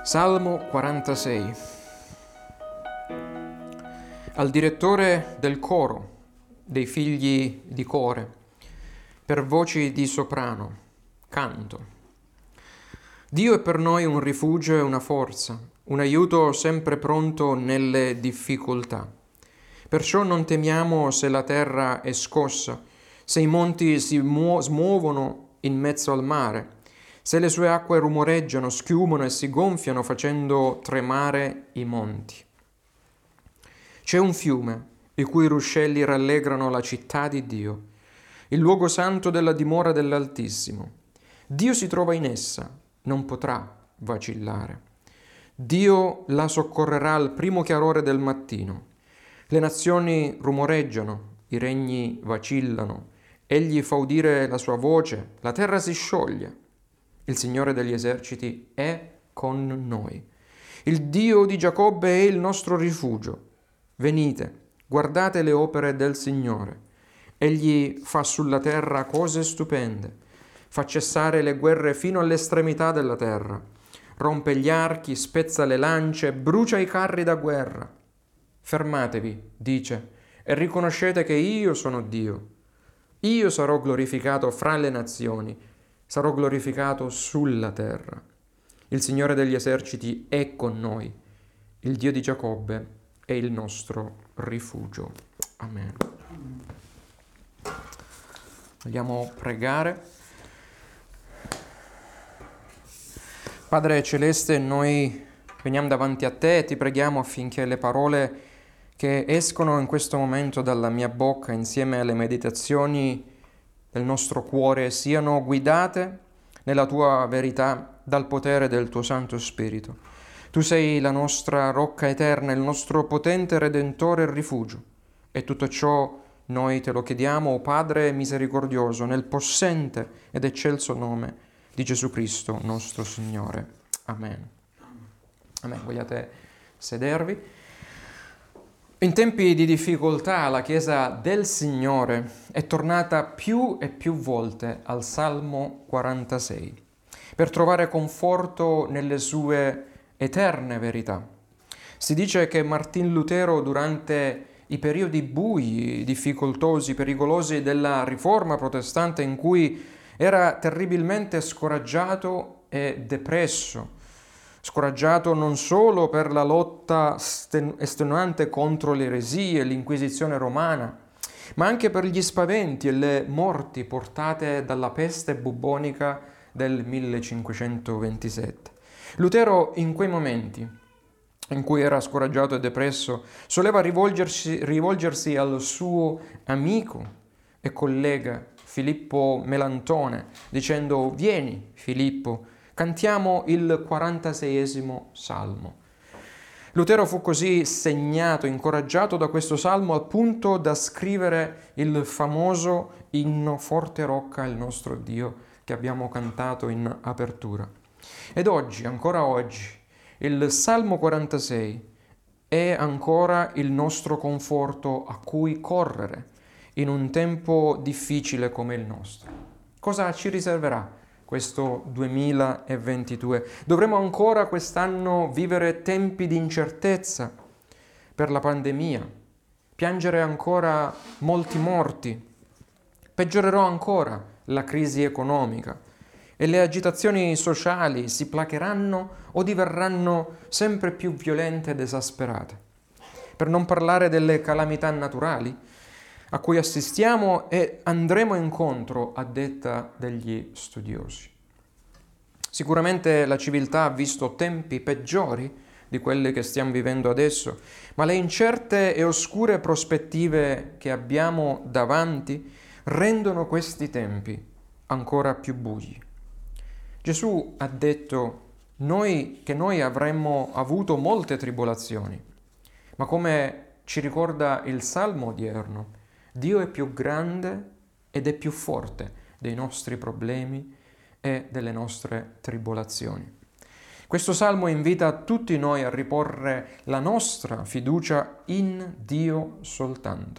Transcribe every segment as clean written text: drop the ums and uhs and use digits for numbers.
Salmo 46. Al direttore del coro dei figli di Core, per voci di soprano, canto. Dio è per noi un rifugio e una forza, un aiuto sempre pronto nelle difficoltà. Perciò non temiamo se la terra è scossa, se i monti si smuovono in mezzo al mare, se le sue acque rumoreggiano, schiumano e si gonfiano facendo tremare i monti. C'è un fiume, i cui ruscelli rallegrano la città di Dio, il luogo santo della dimora dell'Altissimo. Dio si trova in essa, non potrà vacillare. Dio la soccorrerà al primo chiarore del mattino. Le nazioni rumoreggiano, i regni vacillano, egli fa udire la sua voce, la terra si scioglie. Il Signore degli eserciti è con noi. Il Dio di Giacobbe è il nostro rifugio. Venite, guardate le opere del Signore. Egli fa sulla terra cose stupende. Fa cessare le guerre fino all'estremità della terra. Rompe gli archi, spezza le lance, brucia i carri da guerra. Fermatevi, dice, e riconoscete che io sono Dio. Io sarò glorificato fra le nazioni. Sarò glorificato sulla terra. Il Signore degli eserciti è con noi. Il Dio di Giacobbe è il nostro rifugio. Amen. Vogliamo pregare. Padre Celeste, noi veniamo davanti a te e ti preghiamo affinché le parole che escono in questo momento dalla mia bocca insieme alle meditazioni del nostro cuore siano guidate nella tua verità dal potere del tuo Santo Spirito. Tu sei la nostra rocca eterna, il nostro potente Redentore e rifugio. E tutto ciò noi te lo chiediamo, o Padre misericordioso, nel possente ed eccelso nome di Gesù Cristo, nostro Signore. Amen. Amen. Vogliate sedervi? In tempi di difficoltà la Chiesa del Signore è tornata più e più volte al Salmo 46 per trovare conforto nelle sue eterne verità. Si dice che Martin Lutero, durante i periodi bui, difficoltosi, pericolosi della Riforma protestante, in cui era terribilmente scoraggiato e depresso, scoraggiato non solo per la lotta estenuante contro le eresie e l'Inquisizione romana, ma anche per gli spaventi e le morti portate dalla peste bubbonica del 1527. Lutero, in quei momenti in cui era scoraggiato e depresso, soleva rivolgersi al suo amico e collega Filippo Melantone, dicendo: «Vieni, Filippo, cantiamo il 46esimo Salmo». Lutero fu così segnato, incoraggiato da questo Salmo al punto da scrivere il famoso inno «Forte rocca il nostro Dio» che abbiamo cantato in apertura. Ed oggi, ancora oggi, il Salmo 46 è ancora il nostro conforto a cui correre in un tempo difficile come il nostro. Cosa ci riserverà questo 2022? Dovremo ancora quest'anno vivere tempi di incertezza per la pandemia, piangere ancora molti morti, peggiorerà ancora la crisi economica e le agitazioni sociali si placheranno o diverranno sempre più violente ed esasperate. Per non parlare delle calamità naturali a cui assistiamo e andremo incontro a detta degli studiosi. Sicuramente la civiltà ha visto tempi peggiori di quelli che stiamo vivendo adesso, ma le incerte e oscure prospettive che abbiamo davanti rendono questi tempi ancora più bui. Gesù ha detto che noi avremmo avuto molte tribolazioni, ma come ci ricorda il Salmo odierno, Dio è più grande ed è più forte dei nostri problemi e delle nostre tribolazioni. Questo Salmo invita tutti noi a riporre la nostra fiducia in Dio soltanto.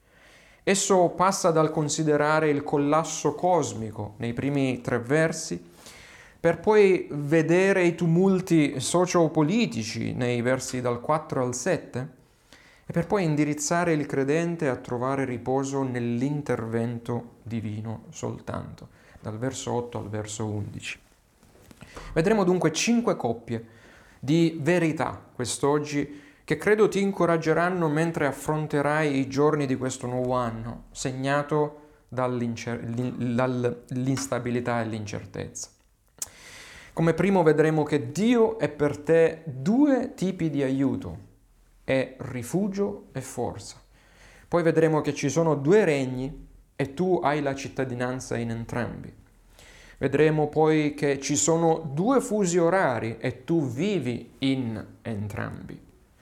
Esso passa dal considerare il collasso cosmico nei primi 3 versi, per poi vedere i tumulti sociopolitici nei versi dal 4 al 7 e per poi indirizzare il credente a trovare riposo nell'intervento divino soltanto, dal verso 8 al verso 11. Vedremo dunque 5 coppie di verità quest'oggi che credo ti incoraggeranno mentre affronterai i giorni di questo nuovo anno, segnato dall'instabilità e l'incertezza. Come primo vedremo che Dio è per te 2 tipi di aiuto, è rifugio e forza. Poi vedremo che ci sono 2 regni e tu hai la cittadinanza in entrambi. Vedremo poi che ci sono 2 fusi orari e tu vivi in entrambi.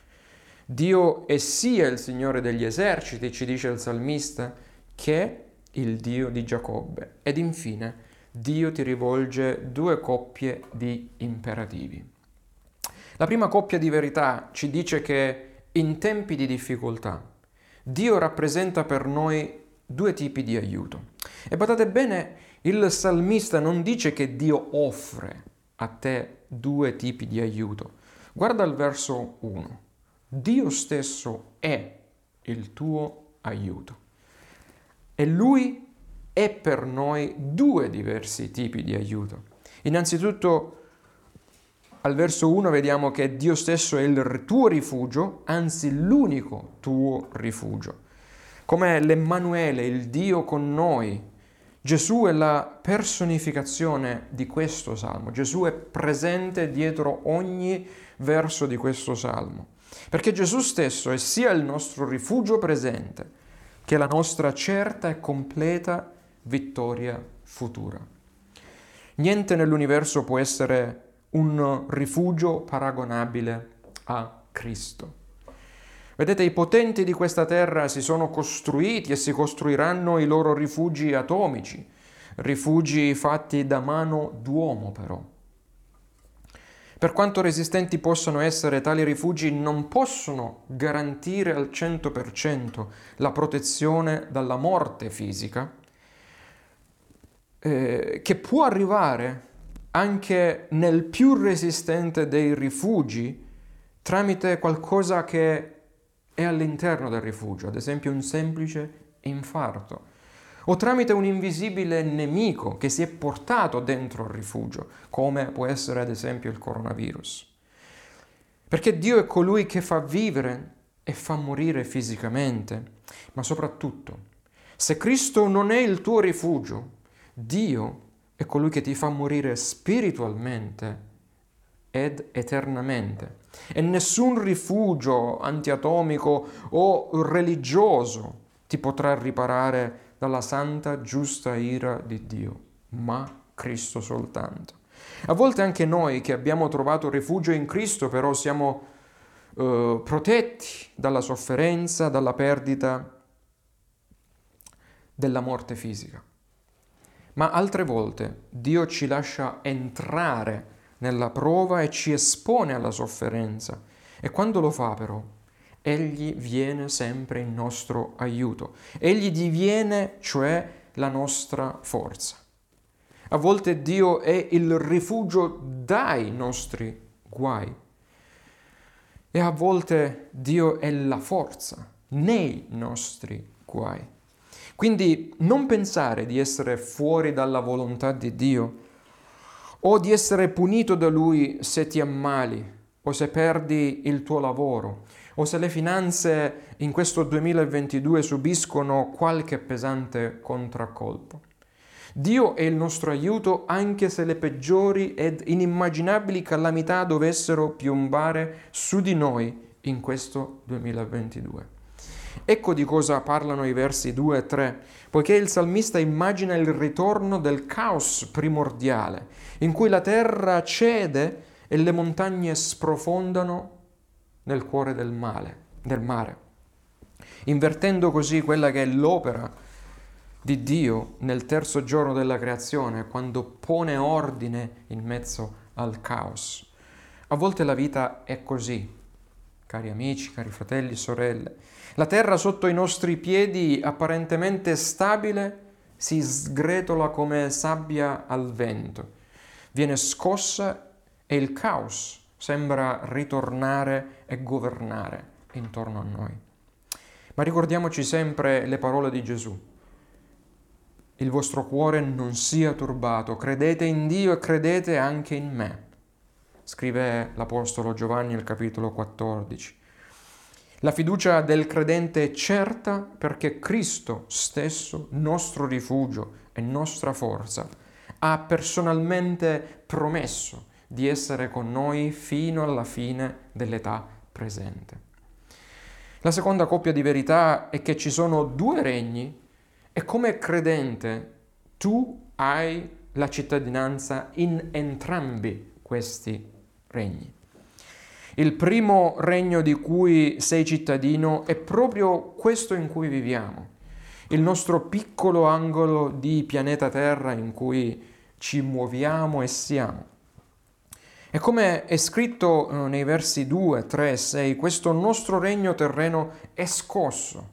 Dio è sia il Signore degli eserciti, ci dice il salmista, che il Dio di Giacobbe. Ed infine Dio ti rivolge 2 coppie di imperativi. La prima coppia di verità ci dice che in tempi di difficoltà Dio rappresenta per noi 2 tipi di aiuto. E badate bene, il salmista non dice che Dio offre a te 2 tipi di aiuto. Guarda il verso 1. Dio stesso è il tuo aiuto. E Lui è per noi 2 diversi tipi di aiuto. Innanzitutto, al verso 1 vediamo che Dio stesso è il tuo rifugio, anzi l'unico tuo rifugio. Come l'Emmanuele, il Dio con noi. Gesù è la personificazione di questo salmo. Gesù è presente dietro ogni verso di questo salmo. Perché Gesù stesso è sia il nostro rifugio presente che la nostra certa e completa vittoria futura. Niente nell'universo può essere un rifugio paragonabile a Cristo. Vedete, i potenti di questa terra si sono costruiti e si costruiranno i loro rifugi atomici, rifugi fatti da mano d'uomo però. Per quanto resistenti possano essere, tali rifugi non possono garantire al 100% la protezione dalla morte fisica, che può arrivare anche nel più resistente dei rifugi tramite qualcosa che è all'interno del rifugio, ad esempio un semplice infarto, o tramite un invisibile nemico che si è portato dentro il rifugio, come può essere ad esempio il coronavirus. Perché Dio è colui che fa vivere e fa morire fisicamente, ma soprattutto, se Cristo non è il tuo rifugio, Dio è colui che ti fa morire spiritualmente ed eternamente. E nessun rifugio antiatomico o religioso ti potrà riparare dalla santa, giusta ira di Dio, ma Cristo soltanto. A volte anche noi che abbiamo trovato rifugio in Cristo, però siamo protetti dalla sofferenza, dalla perdita, della morte fisica. Ma altre volte Dio ci lascia entrare nella prova e ci espone alla sofferenza. E quando lo fa però, Egli viene sempre in nostro aiuto. Egli diviene, cioè, la nostra forza. A volte Dio è il rifugio dai nostri guai. E a volte Dio è la forza nei nostri guai. Quindi non pensare di essere fuori dalla volontà di Dio o di essere punito da Lui se ti ammali o se perdi il tuo lavoro o se le finanze in questo 2022 subiscono qualche pesante contraccolpo. Dio è il nostro aiuto anche se le peggiori ed inimmaginabili calamità dovessero piombare su di noi in questo 2022. Ecco di cosa parlano i versi 2 e 3, poiché il salmista immagina il ritorno del caos primordiale, in cui la terra cede e le montagne sprofondano nel cuore del mare, invertendo così quella che è l'opera di Dio nel terzo giorno della creazione, quando pone ordine in mezzo al caos. A volte la vita è così, cari amici, cari fratelli e sorelle. La terra sotto i nostri piedi, apparentemente stabile, si sgretola come sabbia al vento. viene scossa e il caos sembra ritornare e governare intorno a noi. Ma ricordiamoci sempre le parole di Gesù. Il vostro cuore non sia turbato, credete in Dio e credete anche in me, scrive l'Apostolo Giovanni nel capitolo 14. La fiducia del credente è certa perché Cristo stesso, nostro rifugio e nostra forza, ha personalmente promesso di essere con noi fino alla fine dell'età presente. La seconda coppia di verità è che ci sono due regni e come credente tu hai la cittadinanza in entrambi questi regni. Il primo regno di cui sei cittadino è proprio questo in cui viviamo, il nostro piccolo angolo di pianeta Terra in cui ci muoviamo e siamo. E come è scritto nei versi 2, 3 e 6, questo nostro regno terreno è scosso,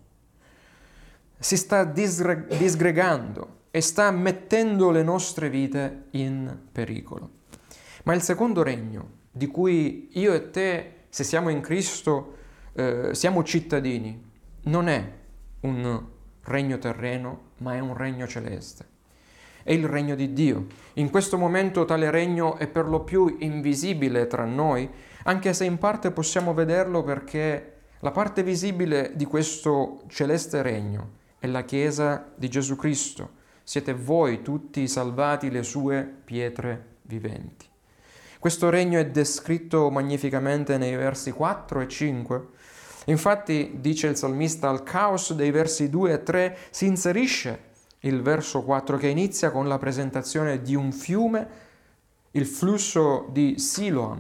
si sta disgregando e sta mettendo le nostre vite in pericolo. Ma il secondo regno, di cui io e te, se siamo in Cristo, siamo cittadini, non è un regno terreno, ma è un regno celeste. È il regno di Dio. In questo momento tale regno è per lo più invisibile tra noi, anche se in parte possiamo vederlo perché la parte visibile di questo celeste regno è la Chiesa di Gesù Cristo. Siete voi tutti salvati le sue pietre viventi. Questo regno è descritto magnificamente nei versi 4 e 5. Infatti, dice il salmista, al caos dei versi 2 e 3 si inserisce il verso 4 che inizia con la presentazione di un fiume, il flusso di Siloam,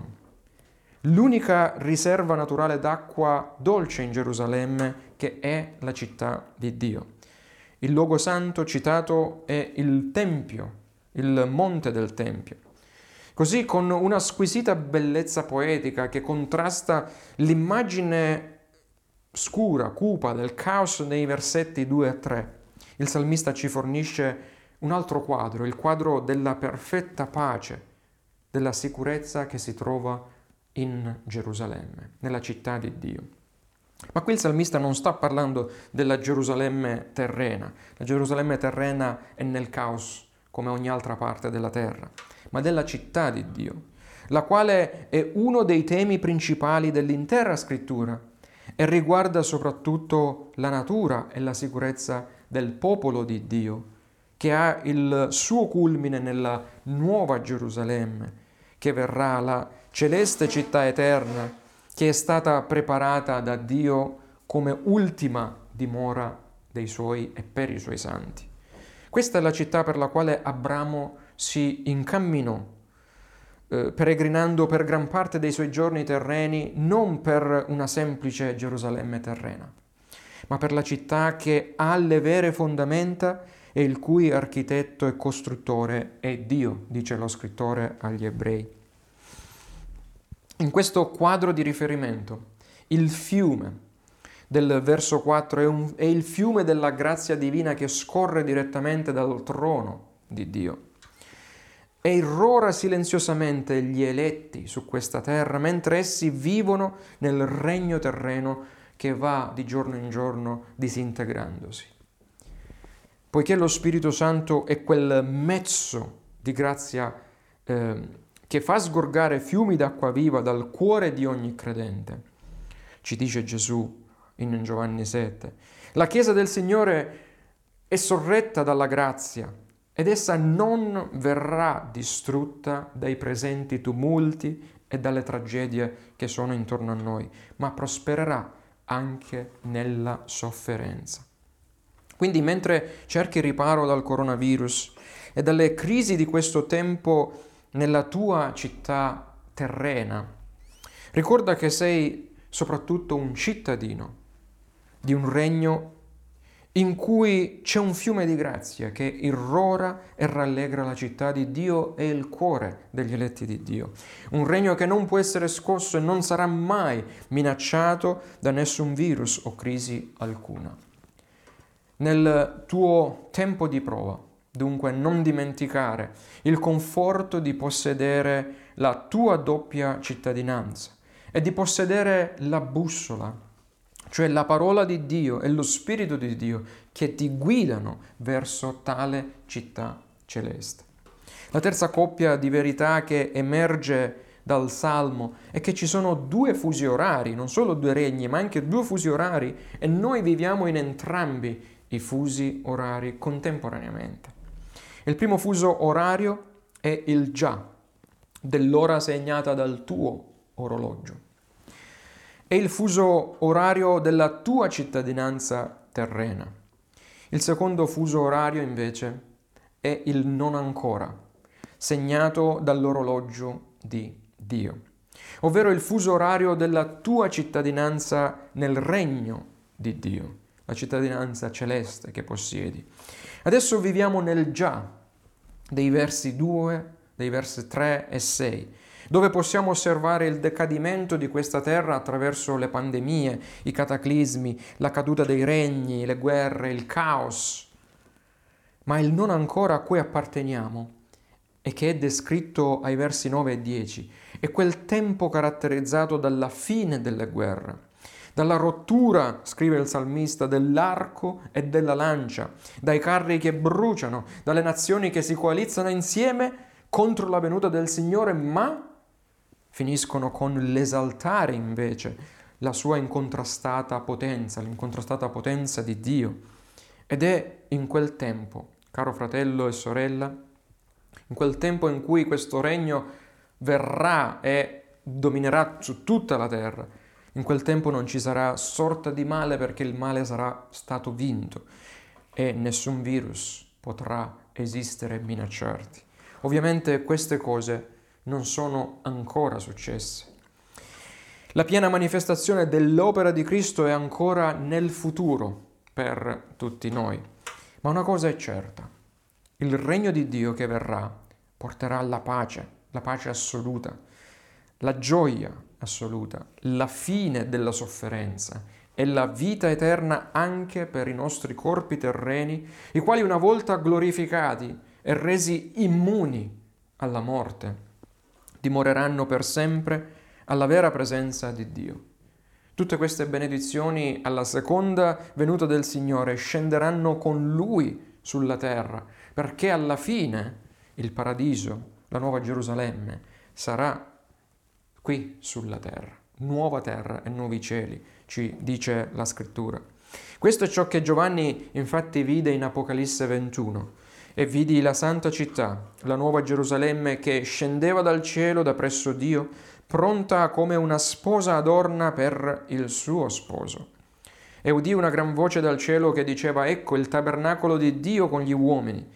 l'unica riserva naturale d'acqua dolce in Gerusalemme che è la città di Dio. Il luogo santo citato è il Tempio, il monte del Tempio. Così con una squisita bellezza poetica che contrasta l'immagine scura, cupa del caos nei versetti 2 e 3. Il salmista ci fornisce un altro quadro, il quadro della perfetta pace, della sicurezza che si trova in Gerusalemme, nella città di Dio. Ma qui il salmista non sta parlando della Gerusalemme terrena. La Gerusalemme terrena è nel caos, come ogni altra parte della terra, ma della città di Dio, la quale è uno dei temi principali dell'intera scrittura e riguarda soprattutto la natura e la sicurezza del popolo di Dio, che ha il suo culmine nella nuova Gerusalemme, che verrà la celeste città eterna, che è stata preparata da Dio come ultima dimora dei suoi e per i suoi santi. Questa è la città per la quale Abramo si incamminò, peregrinando per gran parte dei suoi giorni terreni, non per una semplice Gerusalemme terrena, ma per la città che ha le vere fondamenta e il cui architetto e costruttore è Dio, dice lo scrittore agli Ebrei. In questo quadro di riferimento, il fiume del verso 4 è il fiume della grazia divina che scorre direttamente dal trono di Dio e irrora silenziosamente gli eletti su questa terra mentre essi vivono nel regno terreno che va di giorno in giorno disintegrandosi. Poiché lo Spirito Santo è quel mezzo di grazia che fa sgorgare fiumi d'acqua viva dal cuore di ogni credente, ci dice Gesù in Giovanni 7. La Chiesa del Signore è sorretta dalla grazia ed essa non verrà distrutta dai presenti tumulti e dalle tragedie che sono intorno a noi, ma prospererà anche nella sofferenza. Quindi mentre cerchi riparo dal coronavirus e dalle crisi di questo tempo nella tua città terrena, ricorda che sei soprattutto un cittadino di un regno in cui c'è un fiume di grazia che irrora e rallegra la città di Dio e il cuore degli eletti di Dio. Un regno che non può essere scosso e non sarà mai minacciato da nessun virus o crisi alcuna. Nel tuo tempo di prova, dunque non dimenticare il conforto di possedere la tua doppia cittadinanza e di possedere la bussola, cioè la parola di Dio e lo Spirito di Dio che ti guidano verso tale città celeste. La terza coppia di verità che emerge dal Salmo è che ci sono due fusi orari, non solo due regni, ma anche due fusi orari, e noi viviamo in entrambi i fusi orari contemporaneamente. Il primo fuso orario è il già, dell'ora segnata dal tuo orologio. È il fuso orario della tua cittadinanza terrena. Il secondo fuso orario invece è il non ancora, segnato dall'orologio di Dio, ovvero il fuso orario della tua cittadinanza nel regno di Dio, la cittadinanza celeste che possiedi. Adesso viviamo nel già dei versi 2, dei versi 3 e 6, dove possiamo osservare il decadimento di questa terra attraverso le pandemie, i cataclismi, la caduta dei regni, le guerre, il caos. Ma il non ancora a cui apparteniamo e che è descritto ai versi 9 e 10 è quel tempo caratterizzato dalla fine delle guerre, dalla rottura, scrive il salmista, dell'arco e della lancia, dai carri che bruciano, dalle nazioni che si coalizzano insieme contro la venuta del Signore, ma finiscono con l'esaltare invece la sua incontrastata potenza, l'incontrastata potenza di Dio. Ed è in quel tempo, caro fratello e sorella, in quel tempo in cui questo regno verrà e dominerà su tutta la terra, in quel tempo non ci sarà sorta di male perché il male sarà stato vinto e nessun virus potrà esistere e minacciarti. Ovviamente queste cose non sono ancora successe. La piena manifestazione dell'opera di Cristo è ancora nel futuro per tutti noi. Ma una cosa è certa: il regno di Dio che verrà porterà la pace assoluta, la gioia assoluta, la fine della sofferenza e la vita eterna anche per i nostri corpi terreni, i quali una volta glorificati e resi immuni alla morte, dimoreranno per sempre alla vera presenza di Dio. Tutte queste benedizioni alla seconda venuta del Signore scenderanno con Lui sulla terra, perché alla fine il paradiso, la nuova Gerusalemme, sarà qui sulla terra, nuova terra e nuovi cieli, ci dice la Scrittura. Questo è ciò che Giovanni infatti vide in Apocalisse 21. E vidi la santa città, la nuova Gerusalemme, che scendeva dal cielo da presso Dio, pronta come una sposa adorna per il suo sposo. E udì una gran voce dal cielo che diceva: ecco il tabernacolo di Dio con gli uomini,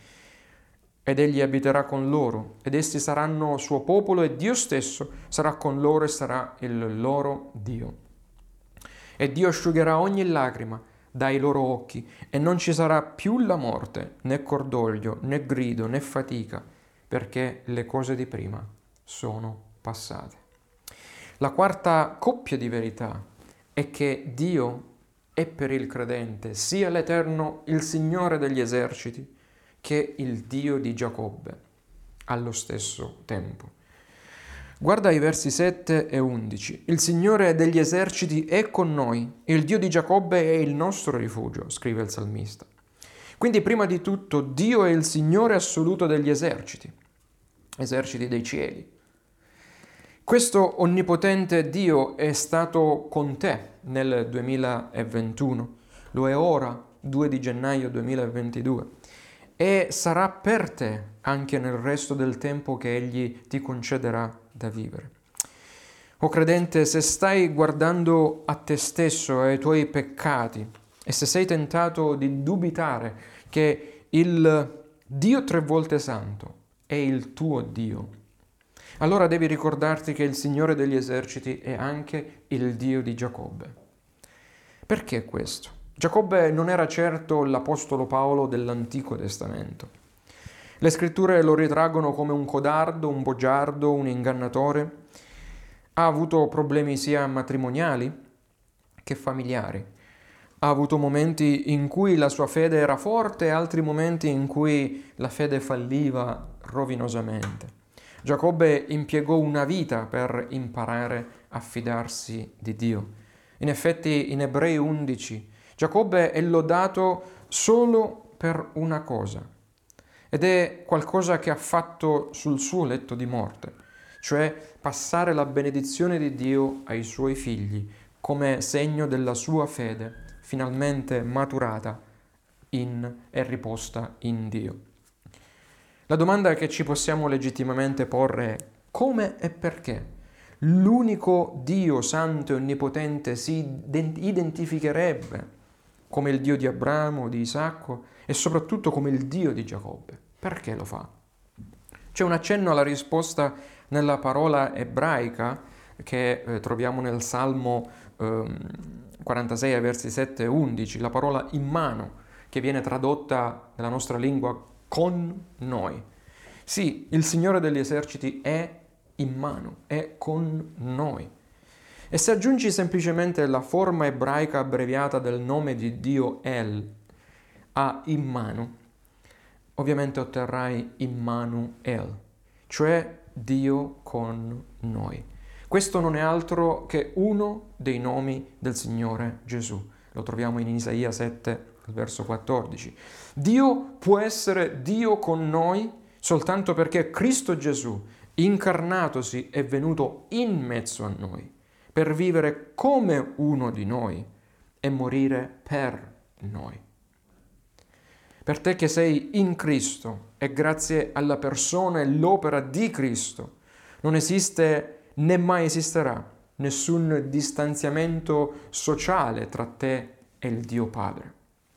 ed egli abiterà con loro, ed essi saranno suo popolo, e Dio stesso sarà con loro e sarà il loro Dio. E Dio asciugherà ogni lacrima dai loro occhi, e non ci sarà più la morte, né cordoglio, né grido, né fatica, perché le cose di prima sono passate. La quarta coppia di verità è che Dio è per il credente sia l'Eterno, il Signore degli eserciti, che il Dio di Giacobbe allo stesso tempo. Guarda i versi 7 e 11. Il Signore degli eserciti è con noi, il Dio di Giacobbe è il nostro rifugio, scrive il salmista. Quindi prima di tutto Dio è il Signore assoluto degli eserciti dei cieli. Questo onnipotente Dio è stato con te nel 2021, lo è ora, 2 di gennaio 2022, e sarà per te anche nel resto del tempo che Egli ti concederà da vivere. O credente, se stai guardando a te stesso e ai tuoi peccati e se sei tentato di dubitare che il Dio tre volte santo è il tuo Dio, allora devi ricordarti che il Signore degli eserciti è anche il Dio di Giacobbe. Perché questo? Giacobbe non era certo l'Apostolo Paolo dell'Antico Testamento. Le scritture lo ritraggono come un codardo, un bugiardo, un ingannatore. Ha avuto problemi sia matrimoniali che familiari. Ha avuto momenti in cui la sua fede era forte e altri momenti in cui la fede falliva rovinosamente. Giacobbe impiegò una vita per imparare a fidarsi di Dio. In effetti, in Ebrei 11, Giacobbe è lodato solo per una cosa, ed è qualcosa che ha fatto sul suo letto di morte, cioè passare la benedizione di Dio ai suoi figli come segno della sua fede finalmente maturata e riposta in Dio. La domanda che ci possiamo legittimamente porre è: come e perché l'unico Dio santo e onnipotente si identificherebbe come il Dio di Abramo, di Isacco e soprattutto come il Dio di Giacobbe? Perché lo fa? C'è un accenno alla risposta nella parola ebraica che troviamo nel Salmo 46, versi 7 e 11, la parola immano, che viene tradotta nella nostra lingua con noi. Sì, il Signore degli eserciti è immano, è con noi. E se aggiungi semplicemente la forma ebraica abbreviata del nome di Dio El a immano, ovviamente otterrai Immanuel, cioè Dio con noi. Questo non è altro che uno dei nomi del Signore Gesù. Lo troviamo in Isaia 7, verso 14. Dio può essere Dio con noi soltanto perché Cristo Gesù, incarnatosi, è venuto in mezzo a noi, per vivere come uno di noi e morire per noi. Per te che sei in Cristo e grazie alla persona e l'opera di Cristo, non esiste né mai esisterà nessun distanziamento sociale tra te e il Dio Padre.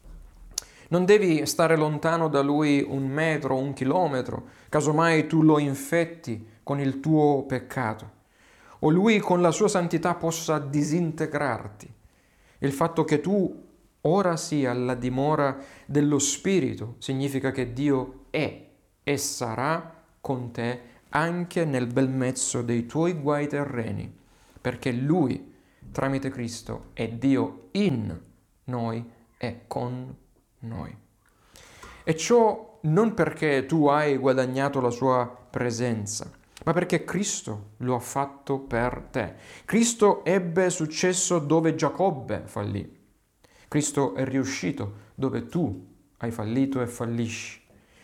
Non devi stare lontano da Lui 1 metro, 1 chilometro, casomai tu lo infetti con il tuo peccato, o Lui con la sua santità possa disintegrarti. Il fatto che tu ora sia alla dimora dello Spirito significa che Dio è e sarà con te anche nel bel mezzo dei tuoi guai terreni, perché Lui, tramite Cristo, è Dio in noi e con noi. E ciò non perché tu hai guadagnato la sua presenza, ma perché Cristo lo ha fatto per te. Cristo ebbe successo dove Giacobbe fallì. Cristo è riuscito dove tu hai fallito e fallisci.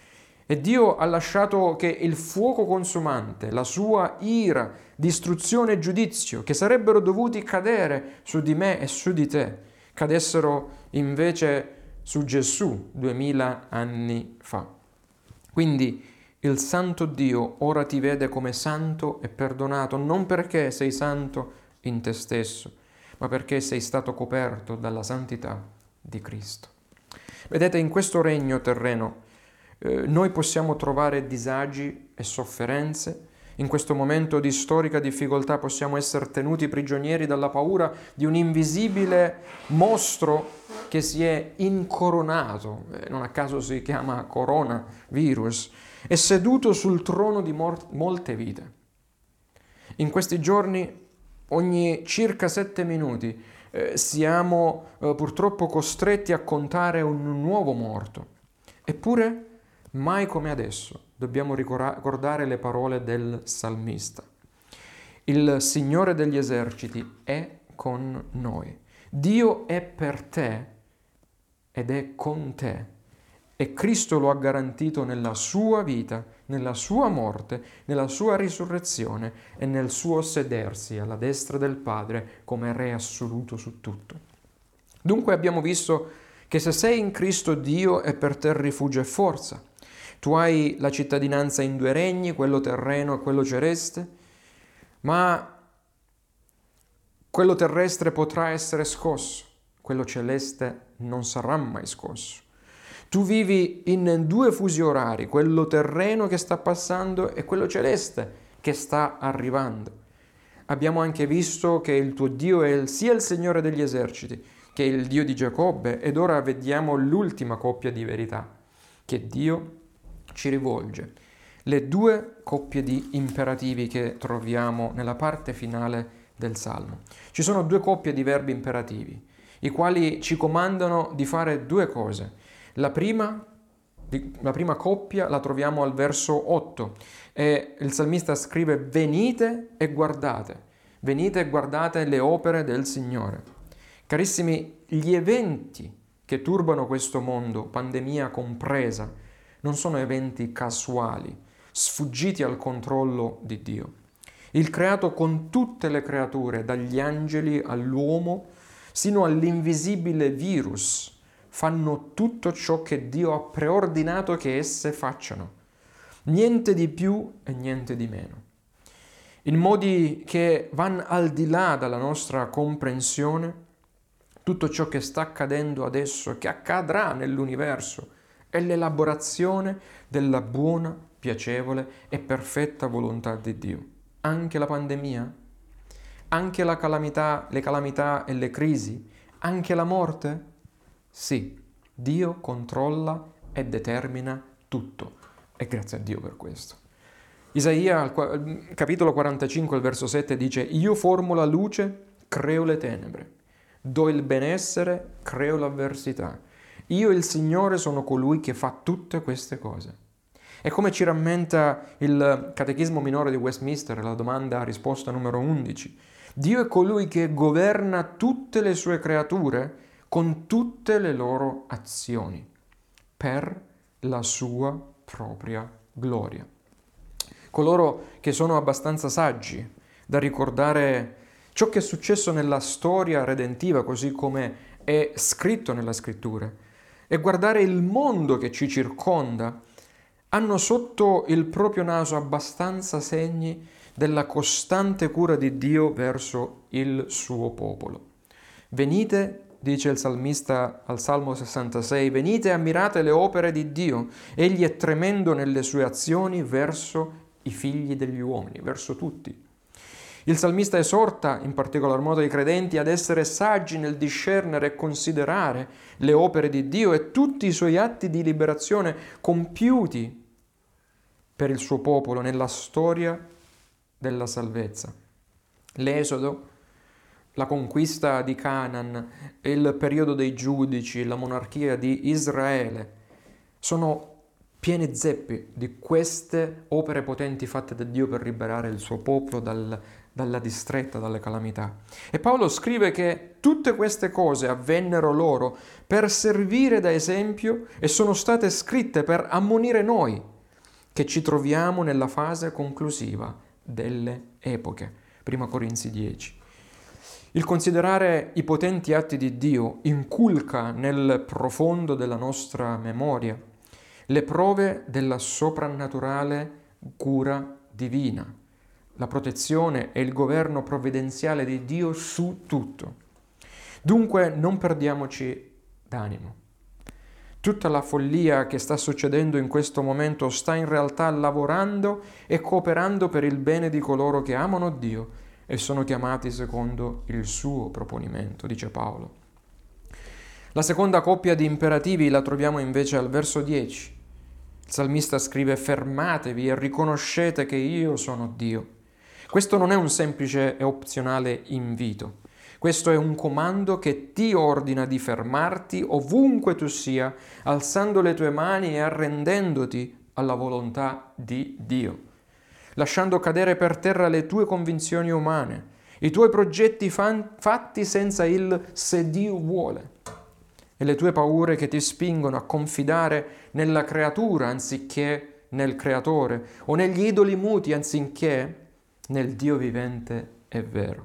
E Dio ha lasciato che il fuoco consumante, la sua ira, distruzione e giudizio, che sarebbero dovuti cadere su di me e su di te, cadessero invece su Gesù 2000 anni fa. Quindi il santo Dio ora ti vede come santo e perdonato, non perché sei santo in te stesso, ma perché sei stato coperto dalla santità di Cristo. Vedete, in questo regno terreno noi possiamo trovare disagi e sofferenze. In questo momento di storica difficoltà possiamo essere tenuti prigionieri dalla paura di un invisibile mostro che si è incoronato, non a caso si chiama coronavirus, è seduto sul trono di molte vite. In questi giorni, ogni circa 7 minuti, siamo purtroppo costretti a contare un nuovo morto. Eppure, mai come adesso dobbiamo ricordare le parole del salmista. Il Signore degli eserciti è con noi. Dio è per te ed è con te. E Cristo lo ha garantito nella sua vita, nella sua morte, nella sua risurrezione e nel suo sedersi alla destra del Padre come Re assoluto su tutto. Dunque abbiamo visto che se sei in Cristo, Dio è per te rifugio e forza. Tu hai la cittadinanza in 2 regni, quello terreno e quello celeste, ma quello terrestre potrà essere scosso, quello celeste non sarà mai scosso. Tu vivi in 2 fusi orari, quello terreno che sta passando e quello celeste che sta arrivando. Abbiamo anche visto che il tuo Dio è sia il Signore degli eserciti che il Dio di Giacobbe, ed ora vediamo l'ultima coppia di verità che Dio ci rivolge, le 2 coppie di imperativi che troviamo nella parte finale del Salmo. Ci sono 2 coppie di verbi imperativi. i quali ci comandano di fare due cose. La prima coppia la troviamo al verso 8 e il salmista scrive: venite e guardate le opere del Signore. Carissimi, gli eventi che turbano questo mondo, pandemia compresa, non sono eventi casuali, sfuggiti al controllo di Dio. Il creato con tutte le creature, dagli angeli all'uomo, sino all'invisibile virus, fanno tutto ciò che Dio ha preordinato che esse facciano. Niente di più e niente di meno. In modi che vanno al di là della nostra comprensione, tutto ciò che sta accadendo adesso e che accadrà nell'universo è l'elaborazione della buona, piacevole e perfetta volontà di Dio. Anche la pandemia, anche le calamità e le crisi, anche la morte? Sì, Dio controlla e determina tutto e grazie a Dio per questo. Isaia, al capitolo 45, il verso 7 dice: io formo la luce, creo le tenebre, do il benessere, creo l'avversità. Io, il Signore, sono colui che fa tutte queste cose. E come ci rammenta il Catechismo minore di Westminster, la domanda a risposta numero 11, Dio è colui che governa tutte le sue creature con tutte le loro azioni, per la sua propria gloria. Coloro che sono abbastanza saggi da ricordare ciò che è successo nella storia redentiva, così come è scritto nella Scrittura, e guardare il mondo che ci circonda, hanno sotto il proprio naso abbastanza segni della costante cura di Dio verso il suo popolo. Venite, dice il salmista al Salmo 66, venite e ammirate le opere di Dio, egli è tremendo nelle sue azioni verso i figli degli uomini, verso tutti. Il salmista esorta in particolar modo i credenti ad essere saggi nel discernere e considerare le opere di Dio e tutti i suoi atti di liberazione compiuti per il suo popolo nella storia della salvezza. L'Esodo, la conquista di Canaan, il periodo dei giudici, la monarchia di Israele, sono piene zeppe di queste opere potenti fatte da Dio per liberare il suo popolo dalla distretta, dalle calamità. E Paolo scrive che tutte queste cose avvennero loro per servire da esempio e sono state scritte per ammonire noi, che ci troviamo nella fase conclusiva delle epoche. 1 Corinzi 10. Il considerare i potenti atti di Dio inculca nel profondo della nostra memoria le prove della soprannaturale cura divina, la protezione e il governo provvidenziale di Dio su tutto. Dunque non perdiamoci d'animo. Tutta la follia che sta succedendo in questo momento sta in realtà lavorando e cooperando per il bene di coloro che amano Dio e sono chiamati secondo il suo proponimento, dice Paolo. La seconda coppia di imperativi la troviamo invece al verso 10. Il salmista scrive: fermatevi e riconoscete che io sono Dio. Questo non è un semplice e opzionale invito. Questo è un comando che ti ordina di fermarti ovunque tu sia, alzando le tue mani e arrendendoti alla volontà di Dio, lasciando cadere per terra le tue convinzioni umane, i tuoi progetti fatti senza il se Dio vuole, e le tue paure che ti spingono a confidare nella creatura anziché nel Creatore, o negli idoli muti anziché nel Dio vivente e vero.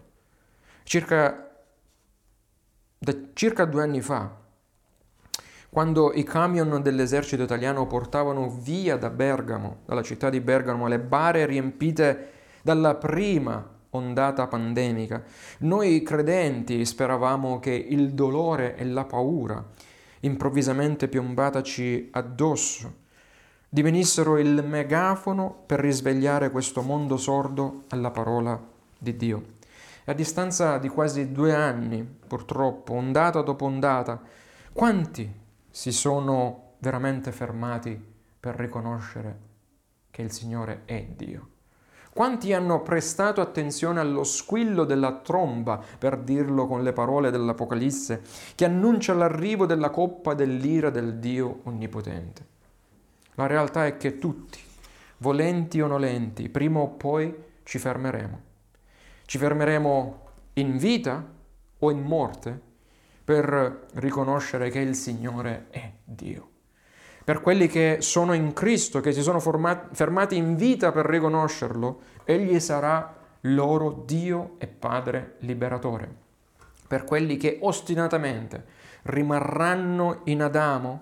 Da circa 2 anni fa, quando i camion dell'esercito italiano portavano via da Bergamo, dalla città di Bergamo, le bare riempite dalla prima ondata pandemica, noi credenti speravamo che il dolore e la paura, improvvisamente piombataci addosso, divenissero il megafono per risvegliare questo mondo sordo alla parola di Dio. E a distanza di quasi 2 anni, purtroppo, ondata dopo ondata, quanti si sono veramente fermati per riconoscere che il Signore è Dio? Quanti hanno prestato attenzione allo squillo della tromba, per dirlo con le parole dell'Apocalisse, che annuncia l'arrivo della coppa dell'ira del Dio Onnipotente? La realtà è che tutti, volenti o nolenti, prima o poi ci fermeremo. Ci fermeremo in vita o in morte per riconoscere che il Signore è Dio. Per quelli che sono in Cristo, che si sono fermati in vita per riconoscerlo, Egli sarà loro Dio e Padre liberatore. Per quelli che ostinatamente rimarranno in Adamo,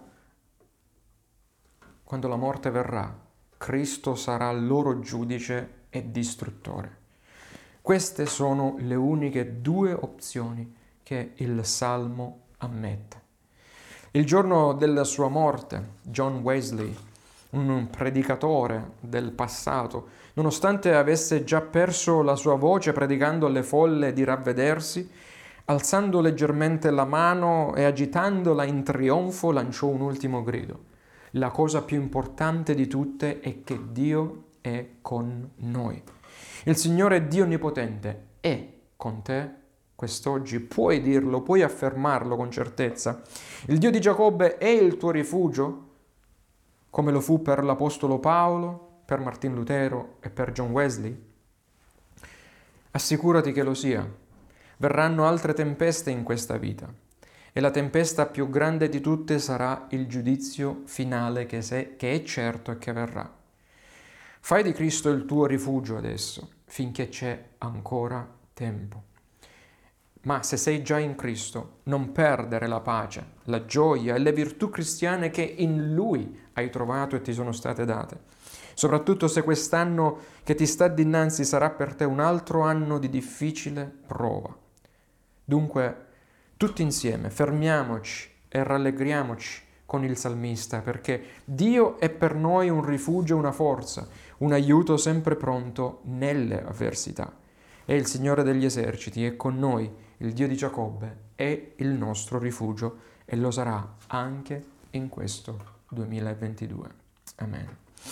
quando la morte verrà, Cristo sarà loro giudice e distruttore. Queste sono le uniche due opzioni che il Salmo ammette. Il giorno della sua morte, John Wesley, un predicatore del passato, nonostante avesse già perso la sua voce predicando alle folle di ravvedersi, alzando leggermente la mano e agitandola in trionfo, lanciò un ultimo grido. La cosa più importante di tutte è che Dio è con noi. Il Signore Dio Onnipotente è con te. Quest'oggi puoi dirlo, puoi affermarlo con certezza. Il Dio di Giacobbe è il tuo rifugio, come lo fu per l'Apostolo Paolo, per Martin Lutero e per John Wesley? Assicurati che lo sia. Verranno altre tempeste in questa vita e la tempesta più grande di tutte sarà il giudizio finale che è certo e che verrà. Fai di Cristo il tuo rifugio adesso, finché c'è ancora tempo. Ma se sei già in Cristo, non perdere la pace, la gioia e le virtù cristiane che in Lui hai trovato e ti sono state date. Soprattutto se quest'anno che ti sta dinanzi sarà per te un altro anno di difficile prova. Dunque, tutti insieme, fermiamoci e rallegriamoci con il salmista, perché Dio è per noi un rifugio, una forza, un aiuto sempre pronto nelle avversità. E il Signore degli eserciti è con noi, il Dio di Giacobbe è il nostro rifugio e lo sarà anche in questo 2022. Amen.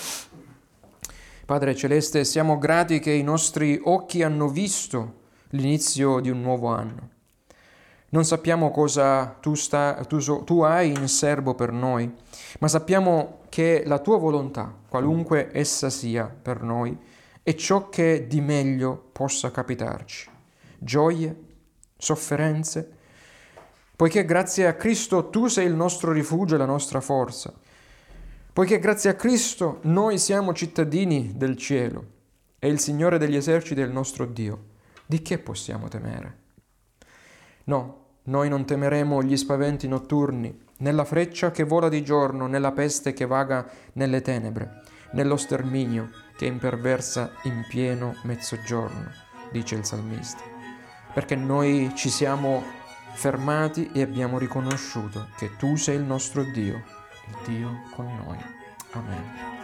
Padre Celeste, siamo grati che i nostri occhi hanno visto l'inizio di un nuovo anno. Non sappiamo cosa tu hai in serbo per noi, ma sappiamo che la tua volontà, qualunque essa sia per noi, è ciò che di meglio possa capitarci. Gioie, sofferenze, poiché grazie a Cristo tu sei il nostro rifugio e la nostra forza, poiché grazie a Cristo noi siamo cittadini del cielo e il Signore degli eserciti è il nostro Dio. Di che possiamo temere? No, noi non temeremo gli spaventi notturni, né la freccia che vola di giorno, né la peste che vaga nelle tenebre, né lo sterminio che imperversa in pieno mezzogiorno, dice il salmista, perché noi ci siamo fermati e abbiamo riconosciuto che tu sei il nostro Dio, il Dio con noi. Amen.